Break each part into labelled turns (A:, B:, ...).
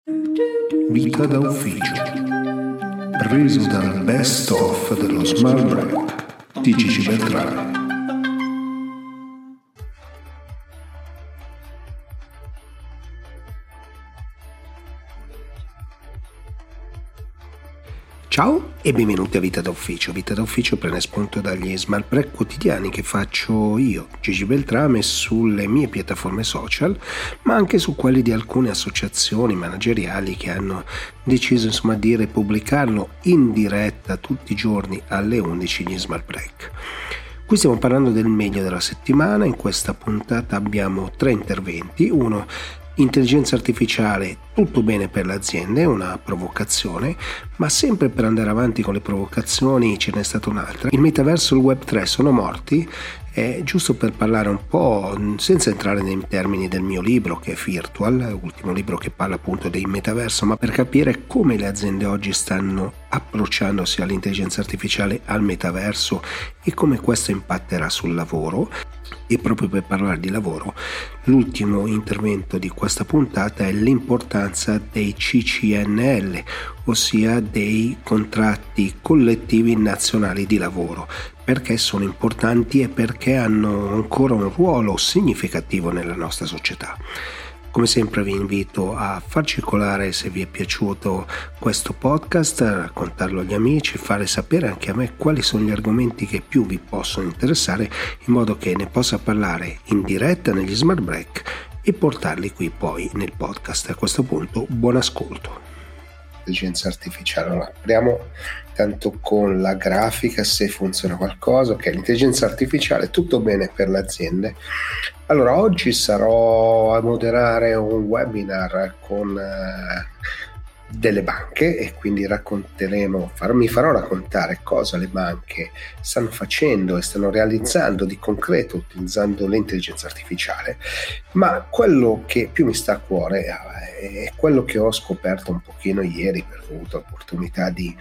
A: Vita da ufficio, preso dal best of dello Smart Break di Gigi Beltrame. Ciao e benvenuti a Vita d'Ufficio. Vita d'Ufficio prende spunto dagli Smart Break quotidiani che faccio io, Gigi Beltrame, sulle mie piattaforme social, ma anche su quelli di alcune associazioni manageriali che hanno deciso di ripubblicarlo in diretta tutti i giorni alle 11 gli Smart Break. Qui stiamo parlando del meglio della settimana. In questa puntata abbiamo 3 interventi. Uno: intelligenza artificiale, tutto bene per le aziende, una provocazione, ma sempre per andare avanti con le provocazioni ce n'è stata un'altra. Il metaverso e il web 3 sono morti? Giusto per parlare un po', senza entrare nei termini del mio libro che è Virtual, ultimo libro che parla appunto dei metaverso, ma per capire come le aziende oggi stanno approcciandosi all'intelligenza artificiale, al metaverso e come questo impatterà sul lavoro. E proprio per parlare di lavoro, l'ultimo intervento di questa puntata è l'importanza dei CCNL, ossia dei contratti collettivi nazionali di lavoro. Perché sono importanti e perché hanno ancora un ruolo significativo nella nostra società. Come sempre vi invito a far circolare, se vi è piaciuto questo podcast, a raccontarlo agli amici, fare sapere anche a me quali sono gli argomenti che più vi possono interessare, in modo che ne possa parlare in diretta negli Smart Break e portarli qui poi nel podcast. A questo punto buon ascolto. Intelligenza artificiale, allora, apriamo tanto con la grafica, se funziona qualcosa. Ok, l'intelligenza artificiale, tutto bene per le aziende. Allora, oggi sarò a moderare un webinar con delle banche e quindi mi farò raccontare cosa le banche stanno facendo e stanno realizzando di concreto utilizzando l'intelligenza artificiale. Ma quello che più mi sta a cuore è quello che ho scoperto un pochino ieri, perché ho avuto l'opportunità di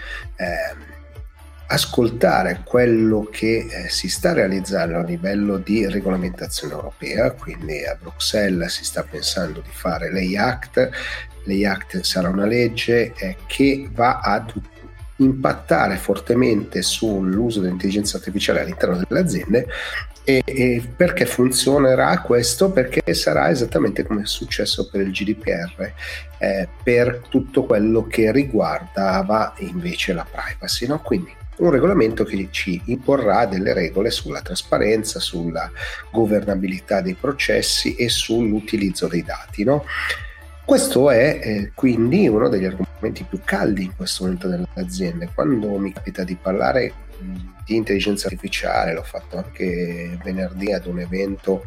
A: ascoltare quello che si sta realizzando a livello di regolamentazione europea. Quindi a Bruxelles si sta pensando di fare l'AI-Act. L'AI-Act sarà una legge che va ad impattare fortemente sull'uso dell'intelligenza artificiale all'interno delle aziende. E perché funzionerà questo? Perché sarà esattamente come è successo per il GDPR, per tutto quello che riguardava invece la privacy, no? Quindi un regolamento che ci imporrà delle regole sulla trasparenza, sulla governabilità dei processi e sull'utilizzo dei dati, no? Questo è quindi uno degli argomenti più caldi in questo momento delle aziende. Quando mi capita di parlare di intelligenza artificiale, l'ho fatto anche venerdì ad un evento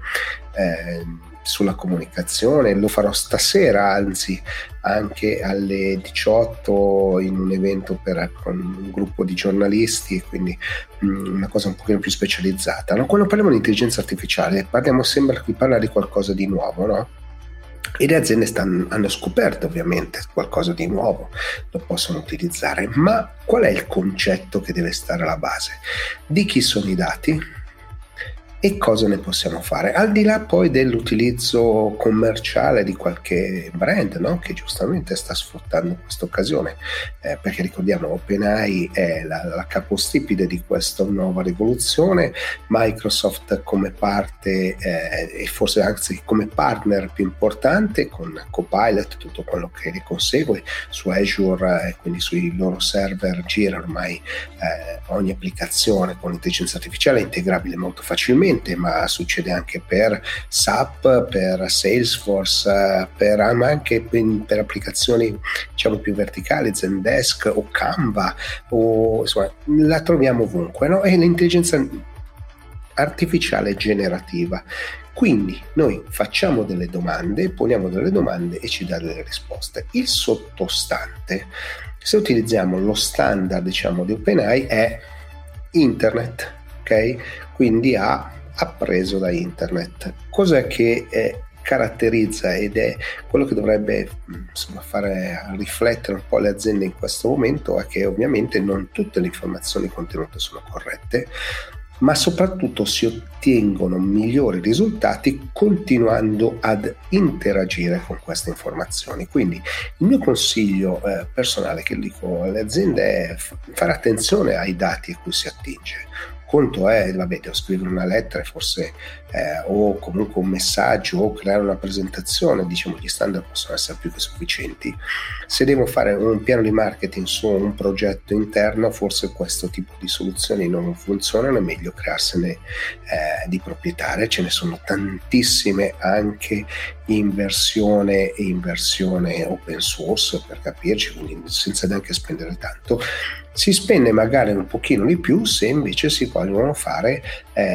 A: sulla comunicazione, lo farò stasera, anzi anche alle 18 in un evento con un gruppo di giornalisti, quindi una cosa un pochino più specializzata, no? Quando parliamo di intelligenza artificiale sembra di parlare di qualcosa di nuovo, no? E le aziende hanno scoperto ovviamente qualcosa di nuovo, lo possono utilizzare, ma qual è il concetto che deve stare alla base? Di chi sono i dati e cosa ne possiamo fare? Al di là poi dell'utilizzo commerciale di qualche brand, no? Che giustamente sta sfruttando questa occasione, perché ricordiamo OpenAI è la capostipite di questa nuova rivoluzione. Microsoft come parte e forse anzi come partner più importante con Copilot, tutto quello che ne consegue su Azure, quindi sui loro server gira ormai ogni applicazione con l'intelligenza artificiale è integrabile molto facilmente, ma succede anche per SAP, per Salesforce, ma anche per applicazioni diciamo più verticali, Zendesk o Canva, insomma, la troviamo ovunque, no? E l'intelligenza artificiale generativa. Quindi noi facciamo delle domande, poniamo delle domande e ci dà delle risposte. Il sottostante, se utilizziamo lo standard diciamo di OpenAI, è internet, ok? Quindi ha appreso da internet. Cos'è che caratterizza ed è quello che dovrebbe fare riflettere un po' le aziende in questo momento, è che ovviamente non tutte le informazioni contenute sono corrette, ma soprattutto si ottengono migliori risultati continuando ad interagire con queste informazioni. Quindi il mio consiglio personale che dico alle aziende è fare attenzione ai dati a cui si attinge. Conto è, vabbè, devo scrivere una lettera forse o comunque un messaggio o creare una presentazione, diciamo gli standard possono essere più che sufficienti. Se devo fare un piano di marketing su un progetto interno, forse questo tipo di soluzioni non funzionano, è meglio crearsene di proprietarie. Ce ne sono tantissime anche in versione open source, per capirci, quindi senza neanche spendere tanto. Si spende magari un pochino di più se invece si vogliono fare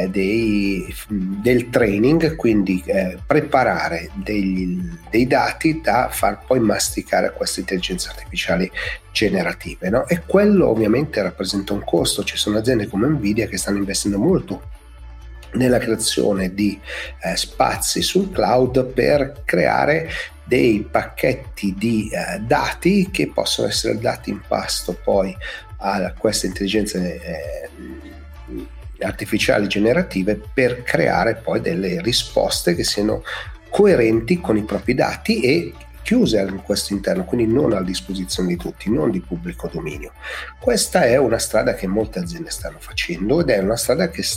A: del training, quindi preparare dei dati da far poi masticare a queste intelligenze artificiali generative, no? E quello ovviamente rappresenta un costo. Ci sono aziende come Nvidia che stanno investendo molto nella creazione di spazi sul cloud per creare dei pacchetti di dati che possono essere dati in pasto poi a queste intelligenze artificiali generative per creare poi delle risposte che siano coerenti con i propri dati e chiuse in questo interno, quindi non a disposizione di tutti, non di pubblico dominio. Questa è una strada che molte aziende stanno facendo ed è una strada che è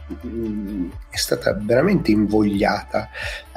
A: stata veramente invogliata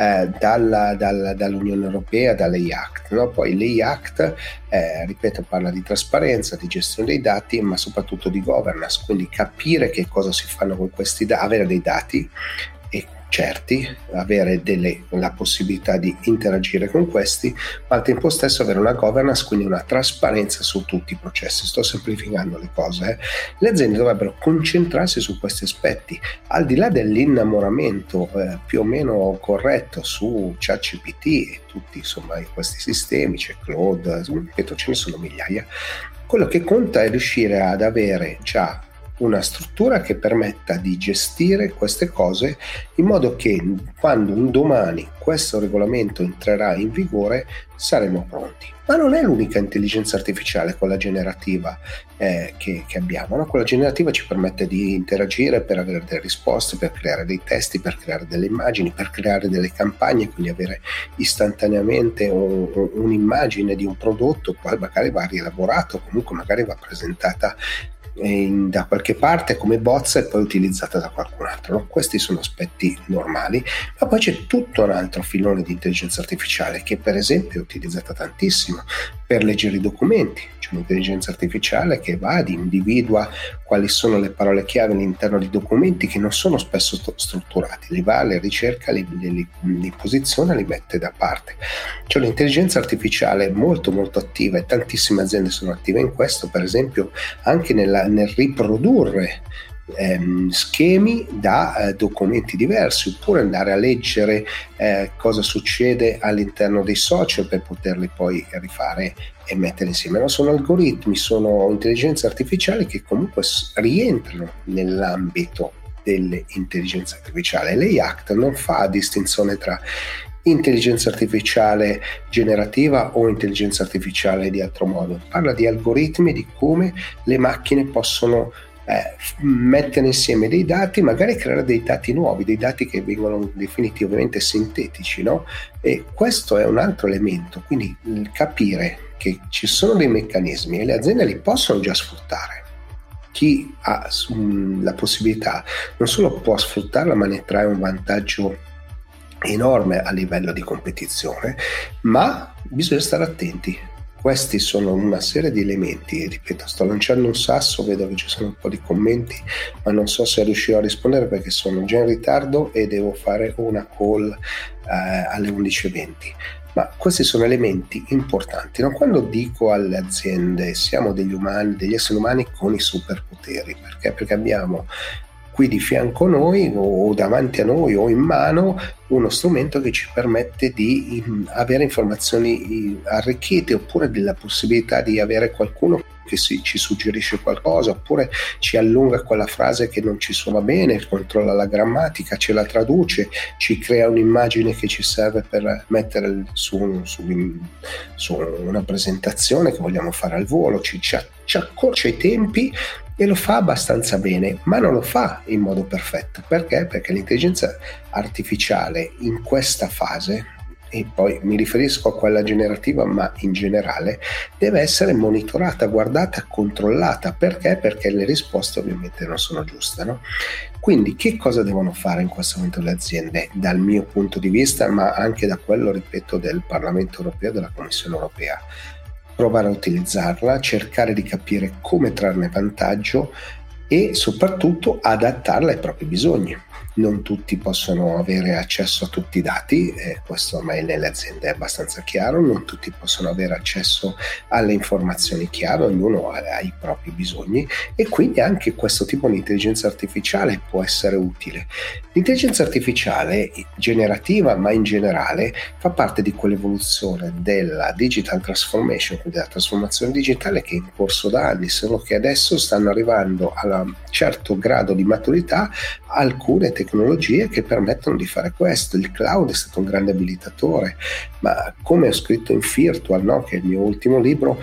A: dall'Unione Europea, dall'AI Act, no? Poi l'AI Act, ripeto, parla di trasparenza, di gestione dei dati, ma soprattutto di governance, quindi capire che cosa si fanno con questi dati, avere dei dati e certi, avere la possibilità di interagire con questi, ma al tempo stesso avere una governance, quindi una trasparenza su tutti i processi. Sto semplificando le cose. Le aziende dovrebbero concentrarsi su questi aspetti, al di là dell'innamoramento più o meno corretto su ChatGPT e tutti insomma questi sistemi, c'è Claude, ripeto, ce ne sono migliaia. Quello che conta è riuscire ad avere già una struttura che permetta di gestire queste cose in modo che quando un domani questo regolamento entrerà in vigore saremo pronti. Ma non è l'unica intelligenza artificiale, quella generativa che abbiamo, no? Quella generativa ci permette di interagire per avere delle risposte, per creare dei testi, per creare delle immagini, per creare delle campagne, quindi avere istantaneamente un'immagine di un prodotto, poi magari va rielaborato, comunque magari va presentata da qualche parte come bozza e poi utilizzata da qualcun altro, no? Questi sono aspetti normali, ma poi c'è tutto un altro filone di intelligenza artificiale che per esempio è utilizzata tantissimo per leggere i documenti. C'è un'intelligenza artificiale che va ad individua quali sono le parole chiave all'interno di documenti che non sono spesso strutturati, li va, le ricerca, li posiziona, li mette da parte. C'è un'intelligenza artificiale molto molto attiva e tantissime aziende sono attive in questo, per esempio anche nel riprodurre schemi da documenti diversi, oppure andare a leggere cosa succede all'interno dei social per poterli poi rifare e mettere insieme. No, sono algoritmi, sono intelligenze artificiali che comunque rientrano nell'ambito dell'intelligenza artificiale. L'AI Act non fa distinzione tra intelligenza artificiale generativa o intelligenza artificiale di altro modo, parla di algoritmi, di come le macchine possono mettere insieme dei dati, magari creare dei dati nuovi, dei dati che vengono definiti ovviamente sintetici, no? E questo è un altro elemento, quindi capire che ci sono dei meccanismi e le aziende li possono già sfruttare. Chi ha la possibilità non solo può sfruttarla, ma ne trae un vantaggio enorme a livello di competizione, ma bisogna stare attenti. Questi sono una serie di elementi, ripeto, sto lanciando un sasso, vedo che ci sono un po' di commenti, ma non so se riuscirò a rispondere perché sono già in ritardo e devo fare una call alle 11:20. Ma questi sono elementi importanti, no? Quando dico alle aziende siamo degli umani, degli esseri umani con i superpoteri, perché abbiamo qui di fianco a noi o davanti a noi o in mano uno strumento che ci permette di avere informazioni arricchite, oppure della possibilità di avere qualcuno che ci suggerisce qualcosa, oppure ci allunga quella frase che non ci suona bene, controlla la grammatica, ce la traduce, ci crea un'immagine che ci serve per mettere su una presentazione che vogliamo fare al volo, ci accorcia i tempi e lo fa abbastanza bene, ma non lo fa in modo perfetto. Perché? Perché l'intelligenza artificiale in questa fase, e poi mi riferisco a quella generativa, ma in generale, deve essere monitorata, guardata, controllata. Perché? Perché le risposte ovviamente non sono giuste, no? Quindi che cosa devono fare in questo momento le aziende, dal mio punto di vista, ma anche da quello, ripeto, del Parlamento europeo, della Commissione europea? Provare a utilizzarla, cercare di capire come trarne vantaggio e soprattutto adattarla ai propri bisogni. Non tutti possono avere accesso a tutti i dati, questo ormai nelle aziende è abbastanza chiaro, non tutti possono avere accesso alle informazioni chiare, ognuno ha i propri bisogni, e quindi anche questo tipo di intelligenza artificiale può essere utile. L'intelligenza artificiale generativa, ma in generale, fa parte di quell'evoluzione della digital transformation, quindi della trasformazione digitale, che è in corso da anni, solo che adesso stanno arrivando a un certo grado di maturità alcune tecnologie che permettono di fare questo. Il cloud è stato un grande abilitatore, ma come ho scritto in Virtual, no, che è il mio ultimo libro,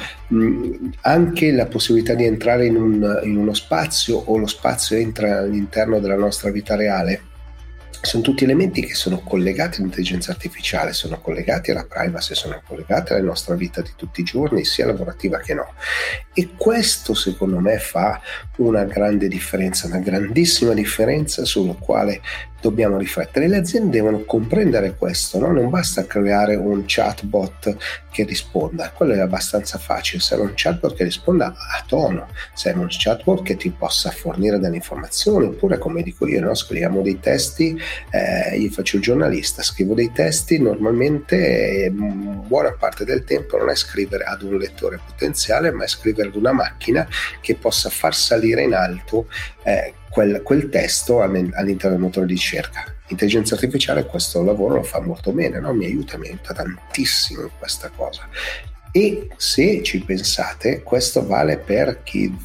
A: anche la possibilità di entrare in uno spazio, o lo spazio entra all'interno della nostra vita reale, sono tutti elementi che sono collegati all'intelligenza artificiale, sono collegati alla privacy, sono collegati alla nostra vita di tutti i giorni, sia lavorativa che no. E questo secondo me fa una grande differenza, una grandissima differenza sulla quale dobbiamo riflettere. Le aziende devono comprendere questo, no? Non basta creare un chatbot che risponda, quello è abbastanza facile. Serve un chatbot che risponda a tono, serve un chatbot che ti possa fornire delle informazioni, oppure, come dico io, no? Scriviamo dei testi, io faccio il giornalista, scrivo dei testi, normalmente buona parte del tempo non è scrivere ad un lettore potenziale, ma è scrivere ad una macchina che possa far salire in alto quel testo all'interno del motore di ricerca. L'intelligenza artificiale questo lavoro lo fa molto bene, no? Mi aiuta tantissimo in questa cosa. E se ci pensate, questo vale per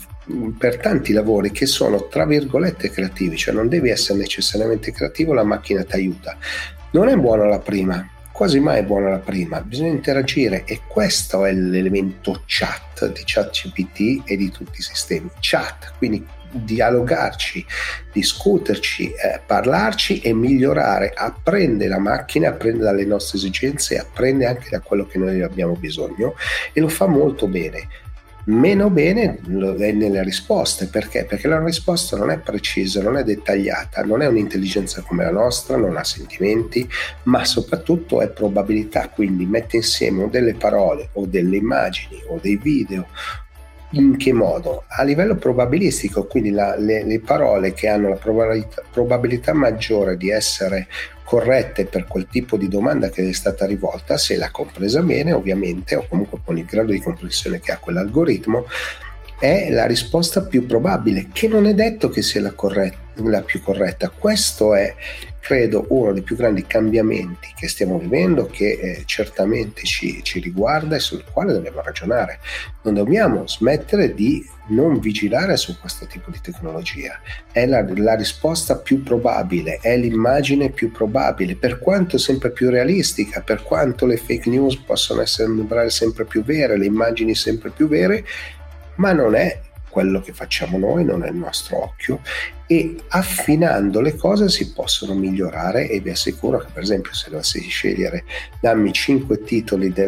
A: tanti lavori che sono tra virgolette creativi, cioè non devi essere necessariamente creativo, la macchina ti aiuta. Non è buona la prima, quasi mai è buona la prima, bisogna interagire, e questo è l'elemento chat di ChatGPT e di tutti i sistemi chat, quindi dialogarci, discuterci, parlarci e migliorare. Apprende la macchina, apprende dalle nostre esigenze, apprende anche da quello che noi abbiamo bisogno, e lo fa molto bene. Meno bene è nelle risposte. Perché? Perché la risposta non è precisa, non è dettagliata, non è un'intelligenza come la nostra, non ha sentimenti, ma soprattutto è probabilità, quindi mette insieme delle parole o delle immagini o dei video. In che modo? A livello probabilistico, quindi le parole che hanno la probabilità maggiore di essere corrette per quel tipo di domanda che è stata rivolta, se l'ha compresa bene ovviamente, o comunque con il grado di comprensione che ha quell'algoritmo, è la risposta più probabile, che non è detto che sia la più corretta. Questo è, credo, uno dei più grandi cambiamenti che stiamo vivendo, che certamente ci riguarda e sul quale dobbiamo ragionare. Non dobbiamo smettere di non vigilare su questo tipo di tecnologia. È la risposta più probabile, è l'immagine più probabile, per quanto sempre più realistica, per quanto le fake news possono sembrare sempre più vere, le immagini sempre più vere, ma non è quello che facciamo noi, non è il nostro occhio, e affinando le cose si possono migliorare. E vi assicuro che, per esempio, se dovessi scegliere, dammi 5 titoli di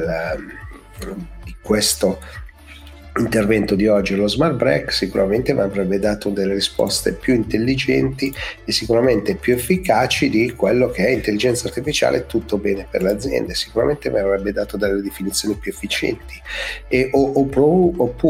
A: questo intervento di oggi, lo smart break, sicuramente mi avrebbe dato delle risposte più intelligenti e sicuramente più efficaci di quello che è intelligenza artificiale. Tutto bene per le aziende, sicuramente mi avrebbe dato delle definizioni più efficienti, oppure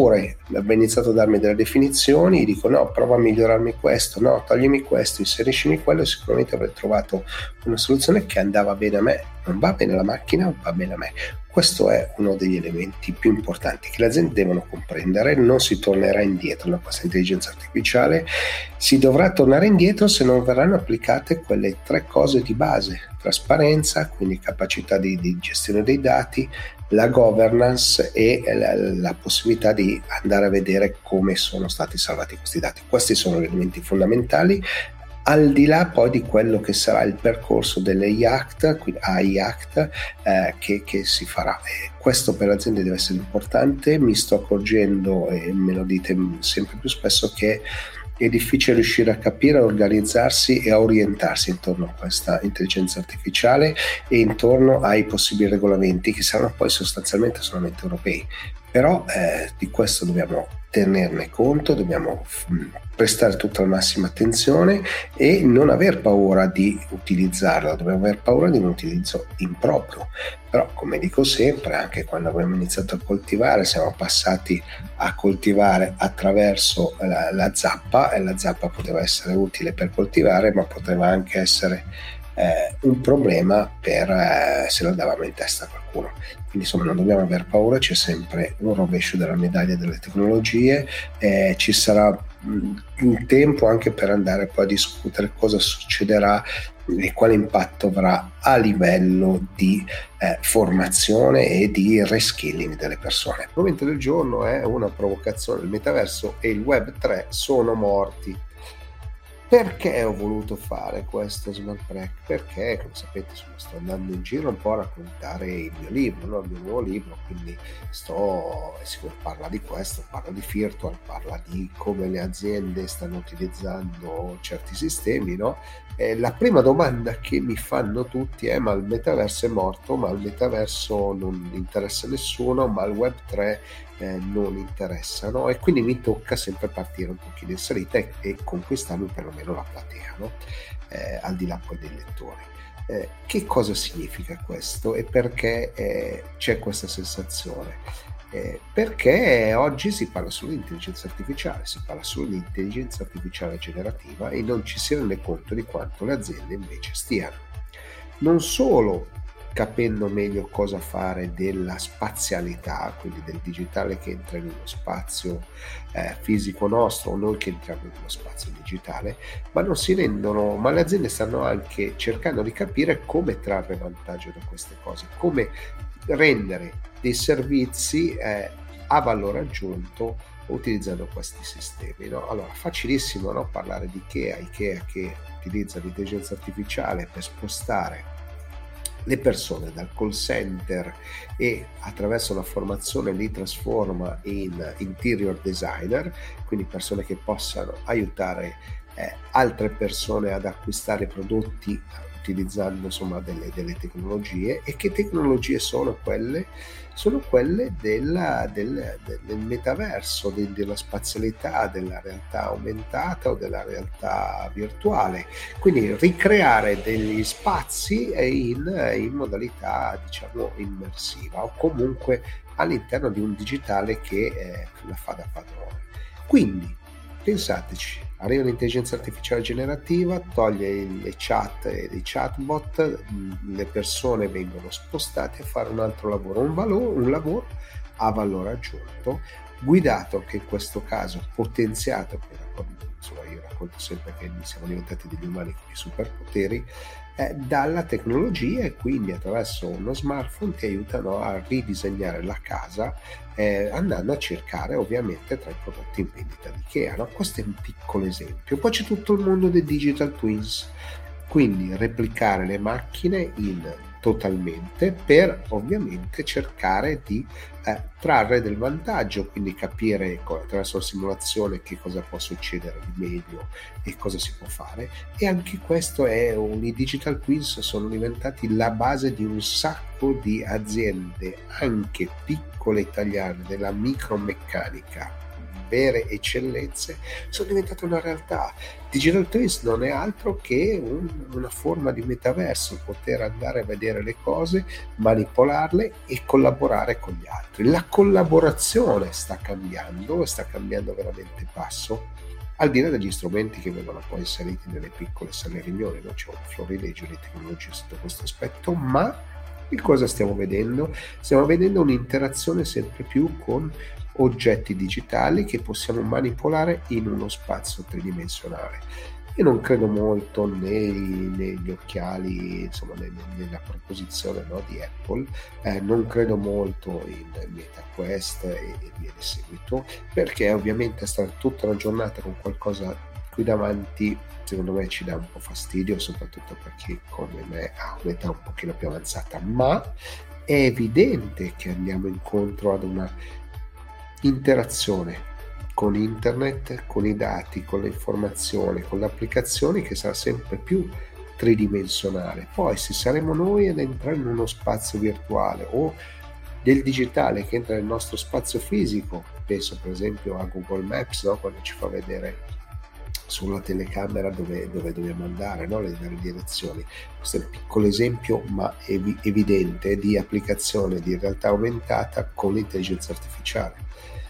A: aveva iniziato a darmi delle definizioni, dico no, prova a migliorarmi questo, no, toglimi questo, inseriscimi quello, e sicuramente avrei trovato una soluzione che andava bene a me. Non va bene la macchina, va bene a me. Questo è uno degli elementi più importanti che le aziende devono comprendere. Non si tornerà indietro da questa intelligenza artificiale, si dovrà tornare indietro se non verranno applicate quelle 3 cose di base: trasparenza, quindi capacità di gestione dei dati, la governance e la possibilità di andare a vedere come sono stati salvati questi dati. Questi sono gli elementi fondamentali, al di là poi di quello che sarà il percorso delle Act, AI Act, che si farà. E questo per le aziende deve essere importante. Mi sto accorgendo, e me lo dite sempre più spesso, che è difficile riuscire a capire, a organizzarsi e a orientarsi intorno a questa intelligenza artificiale e intorno ai possibili regolamenti, che saranno poi sostanzialmente solamente europei. Però di questo dobbiamo tenerne conto, dobbiamo prestare tutta la massima attenzione e non aver paura di utilizzarla, dobbiamo aver paura di un utilizzo improprio. Però, come dico sempre, anche quando abbiamo iniziato a coltivare, siamo passati a coltivare attraverso la zappa, e la zappa poteva essere utile per coltivare, ma poteva anche essere un problema per se lo davamo in testa a qualcuno. Quindi insomma non dobbiamo aver paura, c'è sempre un rovescio della medaglia delle tecnologie, ci sarà un tempo anche per andare poi a discutere cosa succederà e quale impatto avrà a livello di formazione e di reskilling delle persone. Il momento del giorno è una provocazione: il metaverso e il web 3 sono morti. Perché ho voluto fare questo Smart Break? Perché, come sapete, sto andando in giro un po' a raccontare il mio libro, no? Il mio nuovo libro, quindi parla di questo, parla di Virtual, parla di come le aziende stanno utilizzando certi sistemi, no? La prima domanda che mi fanno tutti è: ma il metaverso è morto, ma il metaverso non interessa a nessuno, ma il web 3 non interessa, no? E quindi mi tocca sempre partire un pochino in salita e conquistarmi perlomeno la platea, no? Al di là poi dei lettori. Che cosa significa questo e perché c'è questa sensazione? Perché oggi si parla solo di intelligenza artificiale, si parla solo di intelligenza artificiale generativa e non ci si rende conto di quanto le aziende invece stiano non solo capendo meglio cosa fare della spazialità, quindi del digitale che entra in uno spazio fisico nostro, o noi che entriamo in uno spazio digitale, ma le aziende stanno anche cercando di capire come trarre vantaggio da queste cose, come rendere dei servizi a valore aggiunto utilizzando questi sistemi, no? Allora, facilissimo, no? Parlare di Ikea che utilizza l'intelligenza artificiale per spostare le persone dal call center e attraverso la formazione li trasforma in interior designer, quindi persone che possano aiutare altre persone ad acquistare prodotti utilizzando insomma delle tecnologie. E che tecnologie sono quelle? Sono quelle del metaverso, della spazialità, della realtà aumentata o della realtà virtuale. Quindi ricreare degli spazi in modalità diciamo immersiva o comunque all'interno di un digitale che la fa da padrone. Quindi pensateci, arriva l'intelligenza artificiale generativa, toglie le chat e i chatbot, le persone vengono spostate a fare un altro lavoro, un lavoro a valore aggiunto, guidato anche in questo caso, potenziato, insomma io racconto sempre che siamo diventati degli umani con i superpoteri, dalla tecnologia, e quindi attraverso uno smartphone ti aiutano a ridisegnare la casa andando a cercare ovviamente tra i prodotti in vendita di Ikea, no? Questo è un piccolo esempio. Poi c'è tutto il mondo dei digital twins, quindi replicare le macchine totalmente per ovviamente cercare di trarre del vantaggio, quindi capire attraverso la simulazione che cosa può succedere di meglio e cosa si può fare. E anche questo i digital twins sono diventati la base di un sacco di aziende anche piccole italiane della micromeccanica vere eccellenze sono diventate una realtà. Digital Twins non è altro che una forma di metaverso, poter andare a vedere le cose, manipolarle e collaborare con gli altri. La collaborazione sta cambiando veramente passo, al di là degli strumenti che vengono poi inseriti nelle piccole sale riunioni, no? C'è un florilegio di tecnologie sotto questo aspetto, ma che cosa stiamo vedendo? Stiamo vedendo un'interazione sempre più con oggetti digitali che possiamo manipolare in uno spazio tridimensionale. Io non credo molto negli occhiali, insomma, nella proposizione, no, di Apple, non credo molto in MetaQuest e via di seguito, perché ovviamente stare tutta una giornata con qualcosa qui davanti, secondo me ci dà un po' fastidio, soprattutto per chi come me ha un'età un pochino più avanzata, ma è evidente che andiamo incontro ad una interazione con internet, con i dati, con le informazioni, con le applicazioni che sarà sempre più tridimensionale. Poi se saremo noi ad entrare in uno spazio virtuale o del digitale che entra nel nostro spazio fisico, penso per esempio a Google Maps, no? Quando ci fa vedere sulla telecamera dove dobbiamo andare, no? Le direzioni. Questo è un piccolo esempio ma evidente di applicazione di realtà aumentata con l'intelligenza artificiale.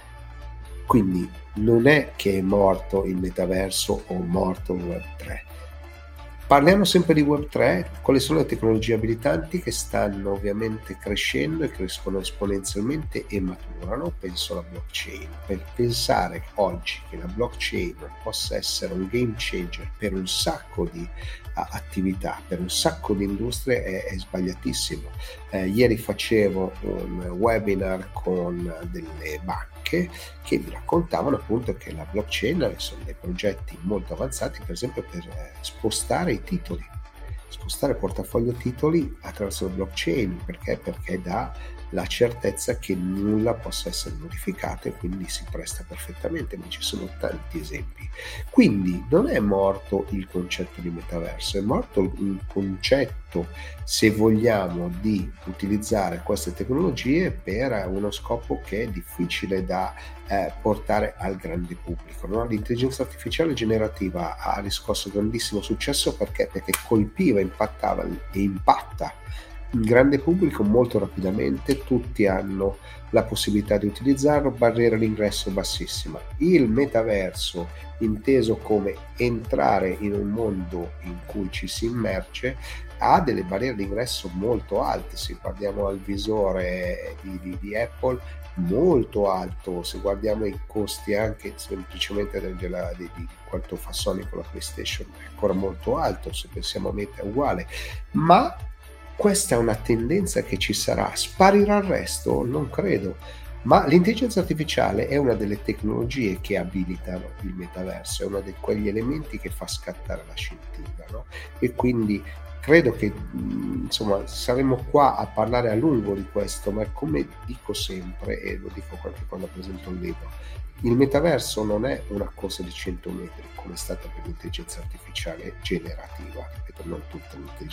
A: Quindi non è che è morto il metaverso o morto il Web 3. Parliamo sempre di Web 3, quali sono le tecnologie abilitanti che stanno ovviamente crescendo e crescono esponenzialmente e maturano? Penso alla blockchain. Per pensare oggi che la blockchain possa essere un game changer per un sacco di attività, per un sacco di industrie è sbagliatissimo. Ieri facevo un webinar con delle banche che mi raccontavano appunto che la blockchain sono dei progetti molto avanzati, per esempio per spostare i titoli, spostare il portafoglio titoli attraverso la blockchain. Perché dà la certezza che nulla possa essere modificato e quindi si presta perfettamente, ma ci sono tanti esempi. Quindi non è morto il concetto di metaverso, è morto il concetto, se vogliamo, di utilizzare queste tecnologie per uno scopo che è difficile da portare al grande pubblico, no? L'intelligenza artificiale generativa ha riscosso grandissimo successo perché colpiva, impattava e impatta il grande pubblico molto rapidamente, tutti hanno la possibilità di utilizzarlo, barriera d'ingresso bassissima. Il metaverso, inteso come entrare in un mondo in cui ci si immerge, ha delle barriere d'ingresso molto alte. Se guardiamo al visore di Apple, molto alto, se guardiamo i costi anche semplicemente di quanto fa Sony con la PlayStation, è ancora molto alto. Se pensiamo a Meta è uguale, ma questa è una tendenza che ci sarà. Sparirà il resto? Non credo. Ma l'intelligenza artificiale è una delle tecnologie che abilitano il metaverso, è uno di quegli elementi che fa scattare la scintilla, no? E quindi credo che insomma saremo qua a parlare a lungo di questo, ma come dico sempre, e lo dico anche quando presento un libro, il metaverso non è una corsa di 100 metri come è stata per l'intelligenza artificiale generativa, ripeto, non tutta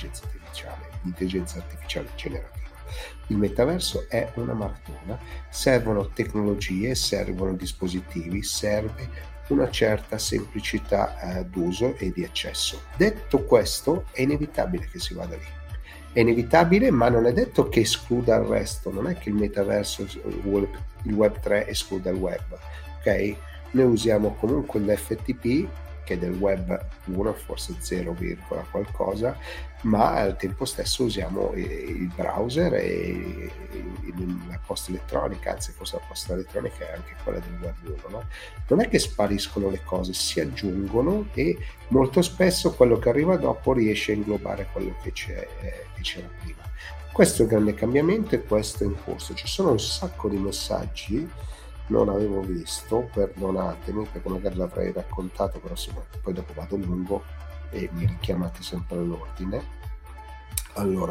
A: l'intelligenza artificiale generativa. Il metaverso è una maratona, servono tecnologie, servono dispositivi, serve una certa semplicità d'uso e di accesso. Detto questo, è inevitabile che si vada lì. È inevitabile, ma non è detto che escluda il resto. Non è che il metaverso, il Web 3 escluda il web. Ok? Noi usiamo comunque l'FTP, che è del web 1, forse 0, qualcosa, ma al tempo stesso usiamo il browser e la posta elettronica, anzi forse la posta elettronica è anche quella del web 1, no? Non è che spariscono le cose, si aggiungono e molto spesso quello che arriva dopo riesce a inglobare quello che c'era prima. Questo è il grande cambiamento e questo è in corso. Ci sono un sacco di messaggi, non avevo visto, perdonatemi perché magari l'avrei raccontato, però poi dopo vado lungo e mi richiamate sempre all'ordine. Allora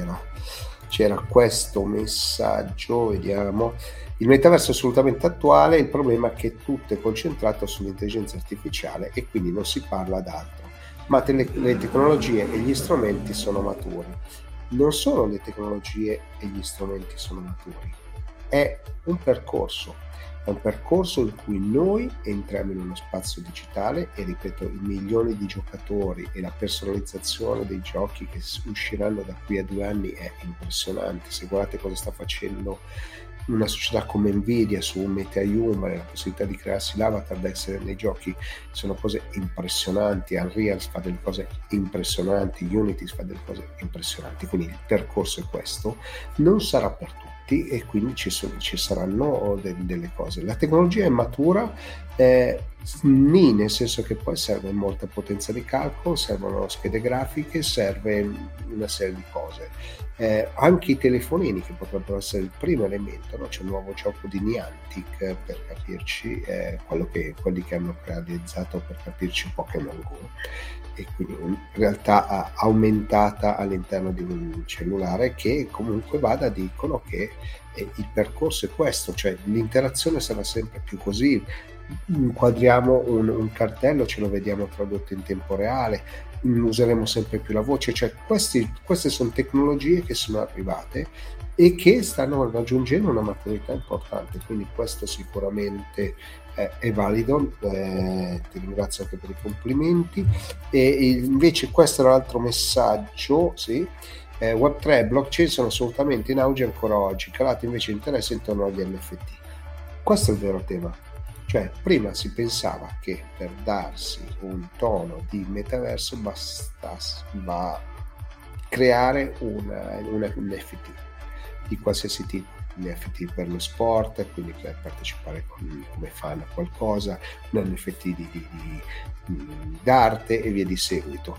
A: c'era questo messaggio, vediamo: il metaverso è assolutamente attuale, il problema è che tutto è concentrato sull'intelligenza artificiale e quindi non si parla d'altro, ma le tecnologie e gli strumenti sono maturi. Non solo le tecnologie e gli strumenti sono maturi, è un percorso. È un percorso in cui noi entriamo in uno spazio digitale e, ripeto, i milioni di giocatori e la personalizzazione dei giochi che usciranno da qui a 2 anni è impressionante. Se guardate cosa sta facendo una società come Nvidia su MetaHuman e la possibilità di crearsi l'avatar da essere nei giochi, sono cose impressionanti. Unreal fa delle cose impressionanti, Unity fa delle cose impressionanti, quindi il percorso è questo, non sarà per tutti e quindi ci saranno delle cose. La tecnologia è matura, nel senso che poi serve molta potenza di calcolo, servono schede grafiche, serve una serie di cose. Anche i telefonini, che potrebbero essere il primo elemento, no? C'è un nuovo gioco di Niantic, per capirci, quelli che hanno realizzato, per capirci, Pokémon Go, e quindi in realtà aumentata all'interno di un cellulare, che comunque dicono che il percorso è questo, cioè l'interazione sarà sempre più così. Inquadriamo un cartello, ce lo vediamo tradotto in tempo reale, useremo sempre più la voce, cioè queste sono tecnologie che sono arrivate e che stanno raggiungendo una maturità importante, quindi questo sicuramente è valido. Ti ringrazio anche per i complimenti. E invece questo era l'altro messaggio, sì. Web3 e blockchain sono assolutamente in auge ancora oggi, calato invece interesse intorno agli NFT. Questo è il vero tema. Cioè, prima si pensava che per darsi un tono di metaverso bastasse creare un NFT di qualsiasi tipo, un NFT per lo sport, quindi per partecipare come fan a qualcosa, un NFT d'arte e via di seguito.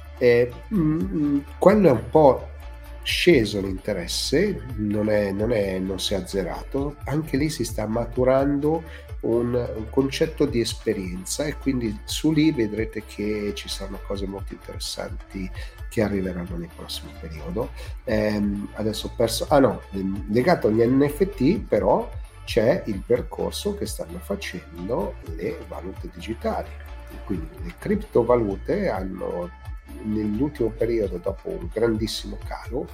A: Quello è un po' sceso l'interesse, non si è azzerato, anche lì si sta maturando un concetto di esperienza e quindi su lì vedrete che ci saranno cose molto interessanti che arriveranno nel prossimo periodo. Adesso legato agli NFT però c'è il percorso che stanno facendo le valute digitali, quindi le criptovalute hanno nell'ultimo periodo, dopo un grandissimo calo,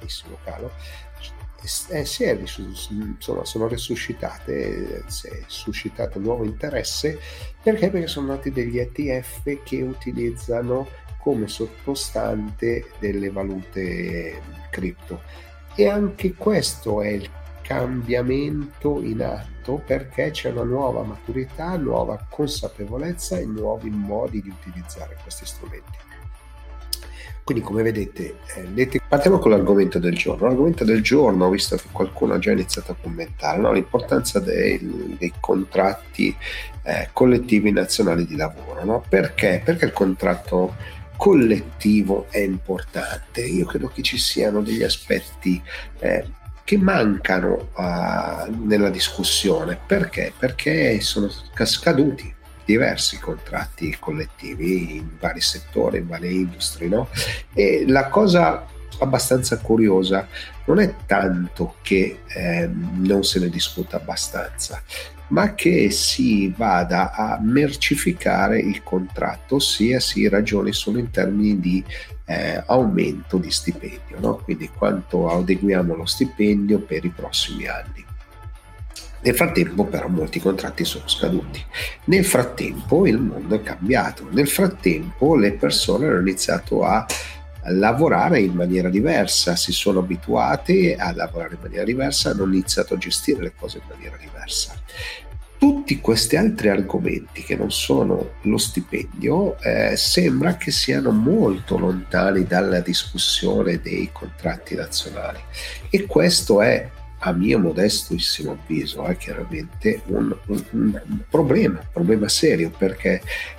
A: sono resuscitate, si è suscitato nuovo interesse perché sono nati degli ETF che utilizzano come sottostante delle valute cripto, e anche questo è il cambiamento in atto, perché c'è una nuova maturità, nuova consapevolezza e nuovi modi di utilizzare questi strumenti. Quindi, come vedete, partiamo con l'argomento del giorno. L'argomento del giorno, visto che qualcuno ha già iniziato a commentare, no? L'importanza dei contratti collettivi nazionali di lavoro, no? Perché? Perché il contratto collettivo è importante. Io credo che ci siano degli aspetti che mancano nella discussione. Perché? Perché sono scaduti diversi contratti collettivi in vari settori, in varie industrie, no? E la cosa abbastanza curiosa non è tanto che non se ne discuta abbastanza, ma che si vada a mercificare il contratto, ossia si ragioni solo in termini di aumento di stipendio, no? Quindi quanto adeguiamo lo stipendio per i prossimi anni. Nel frattempo però molti contratti sono scaduti, nel frattempo il mondo è cambiato, nel frattempo le persone hanno iniziato a lavorare in maniera diversa, si sono abituate a lavorare in maniera diversa, hanno iniziato a gestire le cose in maniera diversa. Tutti questi altri argomenti che non sono lo stipendio sembra che siano molto lontani dalla discussione dei contratti nazionali, e questo è, a mio modestissimo avviso, chiaramente un problema serio, perché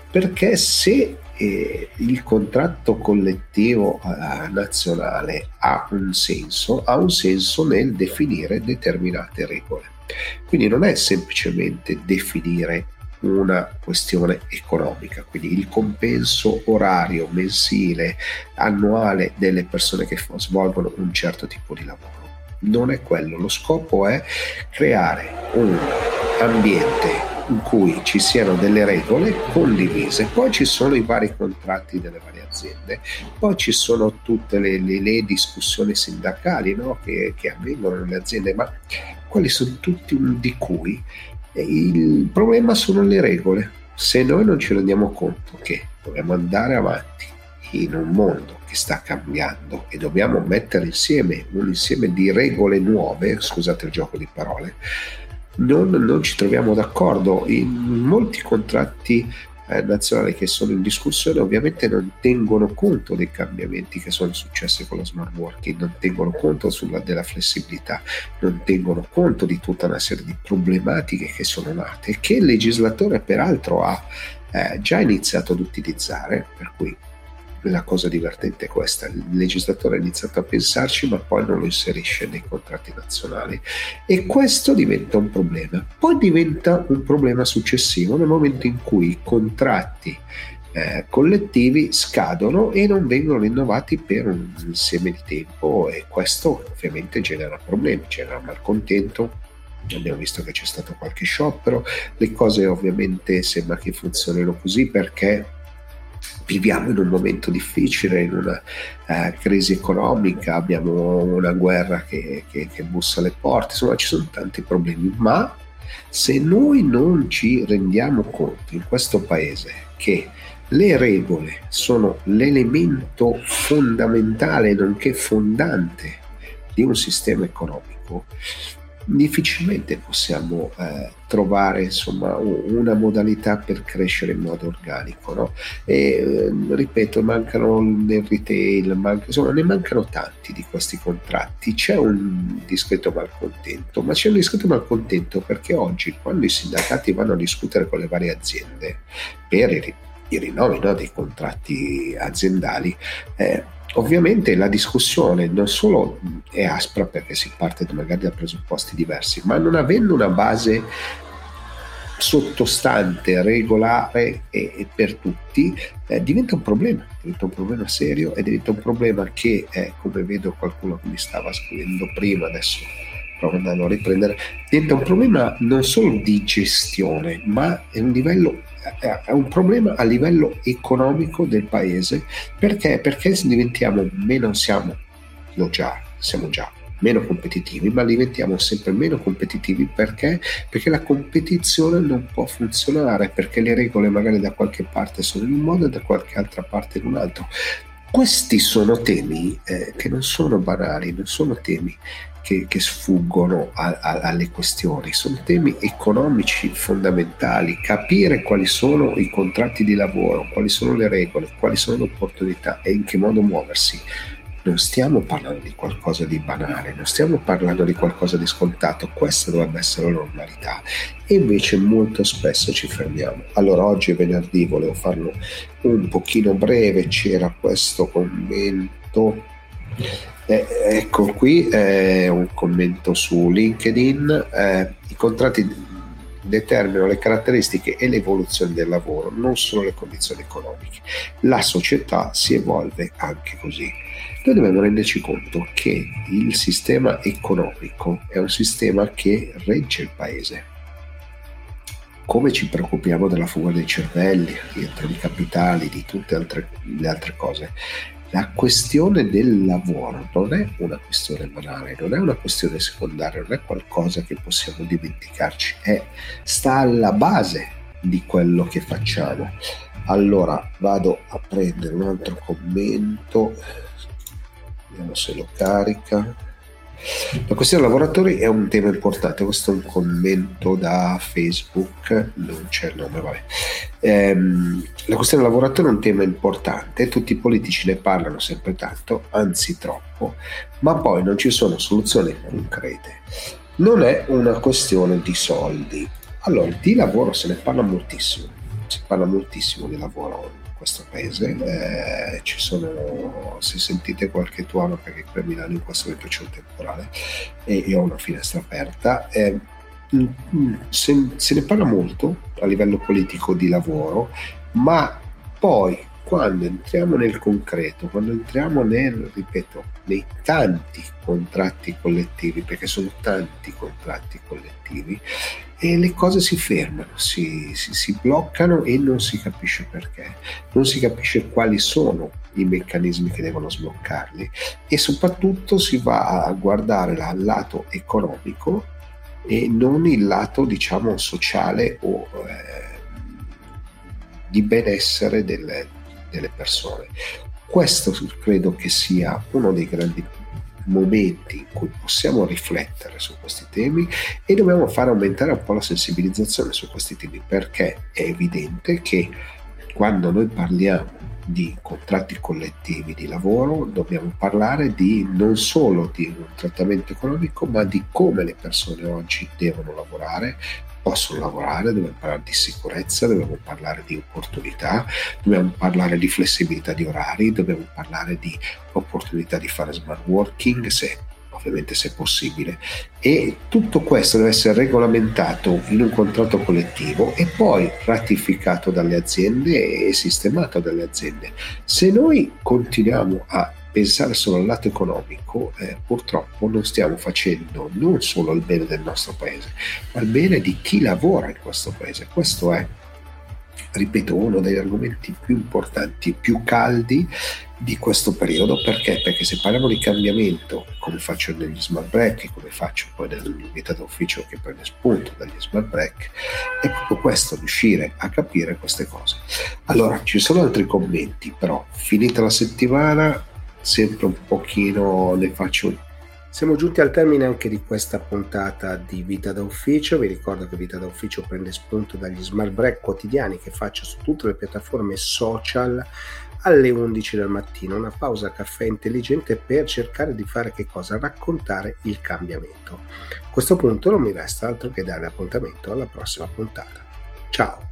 A: se il contratto collettivo nazionale ha un senso nel definire determinate regole. Quindi non è semplicemente definire una questione economica, quindi il compenso orario mensile, annuale delle persone che svolgono un certo tipo di lavoro. Non è quello, lo scopo è creare un ambiente in cui ci siano delle regole condivise. Poi ci sono i vari contratti delle varie aziende, poi ci sono tutte le discussioni sindacali, no? che avvengono nelle aziende, ma quelli sono tutti di cui Il problema sono le regole. Se noi non ci rendiamo conto che dobbiamo andare avanti in un mondo che sta cambiando e dobbiamo mettere insieme un insieme di regole nuove, scusate il gioco di parole, non ci troviamo d'accordo. In molti contratti nazionali che sono in discussione ovviamente non tengono conto dei cambiamenti che sono successi con lo smart working, non tengono conto della flessibilità, non tengono conto di tutta una serie di problematiche che sono nate e che il legislatore peraltro ha già iniziato ad utilizzare, per cui la cosa divertente è questa: il legislatore ha iniziato a pensarci ma poi non lo inserisce nei contratti nazionali e questo diventa un problema. Poi diventa un problema successivo nel momento in cui i contratti collettivi scadono e non vengono rinnovati per un insieme di tempo, e questo ovviamente genera problemi, genera malcontento. Abbiamo visto che c'è stato qualche sciopero, le cose ovviamente sembra che funzionino così perché viviamo in un momento difficile, in una crisi economica, abbiamo una guerra che bussa alle porte, insomma ci sono tanti problemi, ma se noi non ci rendiamo conto in questo paese che le regole sono l'elemento fondamentale nonché fondante di un sistema economico, difficilmente possiamo trovare insomma una modalità per crescere in modo organico, no? E ripeto, mancano nel retail, insomma ne mancano tanti di questi contratti. C'è un discreto malcontento, ma c'è un discreto malcontento perché oggi, quando i sindacati vanno a discutere con le varie aziende per i rinnovi, no, dei contratti aziendali, ovviamente la discussione non solo è aspra perché si parte magari da presupposti diversi, ma non avendo una base sottostante, regolare e per tutti, diventa un problema serio, e diventa un problema che, come vedo qualcuno che mi stava scrivendo prima, adesso provo andando a riprendere, diventa un problema non solo di gestione, ma è un problema a livello economico del paese. Perché diventiamo siamo già meno competitivi, ma diventiamo sempre meno competitivi perché la competizione non può funzionare, perché le regole magari da qualche parte sono in un modo e da qualche altra parte in un altro. Questi sono temi che non sono banali, non sono temi che sfuggono alle questioni, sono temi economici fondamentali. Capire quali sono i contratti di lavoro, quali sono le regole, quali sono le opportunità e in che modo muoversi. Non stiamo parlando di qualcosa di banale, non stiamo parlando di qualcosa di scontato, questa dovrebbe essere la normalità e invece molto spesso ci fermiamo. Allora oggi è venerdì, volevo farlo un pochino breve, c'era questo commento, ecco qui, un commento su LinkedIn, i contratti determinano le caratteristiche e l'evoluzione del lavoro, non solo le condizioni economiche. La società si evolve anche così. Noi dobbiamo renderci conto che il sistema economico è un sistema che regge il paese. Come ci preoccupiamo della fuga dei cervelli, di rientro di capitali, di tutte le altre cose, la questione del lavoro non è una questione banale, non è una questione secondaria, non è qualcosa che possiamo dimenticarci, sta alla base di quello che facciamo. Allora vado a prendere un altro commento, vediamo se lo carica. La questione dei lavoratori è un tema importante, questo è un commento da Facebook, non c'è il nome, vabbè. La questione dei lavoratori è un tema importante, tutti i politici ne parlano sempre tanto, anzi troppo, ma poi non ci sono soluzioni concrete. Non è una questione di soldi. Allora, di lavoro se ne parla moltissimo, si parla moltissimo di lavoro in questo paese, ci sono, se sentite qualche tuono, perché qui a Milano in questo momento c'è un temporale e io ho una finestra aperta, se ne parla molto a livello politico di lavoro, ma poi quando entriamo nel concreto, quando entriamo nei tanti contratti collettivi, perché sono tanti contratti collettivi, e le cose si fermano, si bloccano e non si capisce perché, non si capisce quali sono i meccanismi che devono sbloccarli, e soprattutto si va a guardare al lato economico e non il lato, diciamo, sociale o di benessere delle persone. Questo credo che sia uno dei grandi momenti in cui possiamo riflettere su questi temi e dobbiamo fare aumentare un po' la sensibilizzazione su questi temi, perché è evidente che quando noi parliamo di contratti collettivi di lavoro dobbiamo parlare di non solo di un trattamento economico, ma di come le persone oggi devono lavorare, possono lavorare, dobbiamo parlare di sicurezza, dobbiamo parlare di opportunità, dobbiamo parlare di flessibilità di orari, dobbiamo parlare di opportunità di fare smart working, ovviamente se possibile, e tutto questo deve essere regolamentato in un contratto collettivo e poi ratificato dalle aziende e sistemato dalle aziende. Se noi continuiamo a pensare solo al lato economico, purtroppo non stiamo facendo non solo il bene del nostro paese, ma il bene di chi lavora in questo paese. Questo è, ripeto, uno degli argomenti più importanti, più caldi di questo periodo. Perché? Perché se parliamo di cambiamento, come faccio negli smart break, come faccio poi nel vita d'ufficio che prende spunto dagli smart break, è proprio questo, riuscire a capire queste cose. Allora, ci sono altri commenti, però finita la settimana sempre un pochino ne faccio. Siamo giunti al termine anche di questa puntata di Vita da Ufficio. Vi ricordo che Vita da Ufficio prende spunto dagli smart break quotidiani che faccio su tutte le piattaforme social alle 11 del mattino, una pausa caffè intelligente per cercare di fare che cosa? Raccontare il cambiamento. A questo punto non mi resta altro che dare appuntamento alla prossima puntata. Ciao!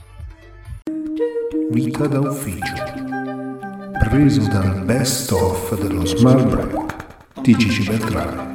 B: Vita da Ufficio, preso dal best of dello smart break di Gigi Beltrame.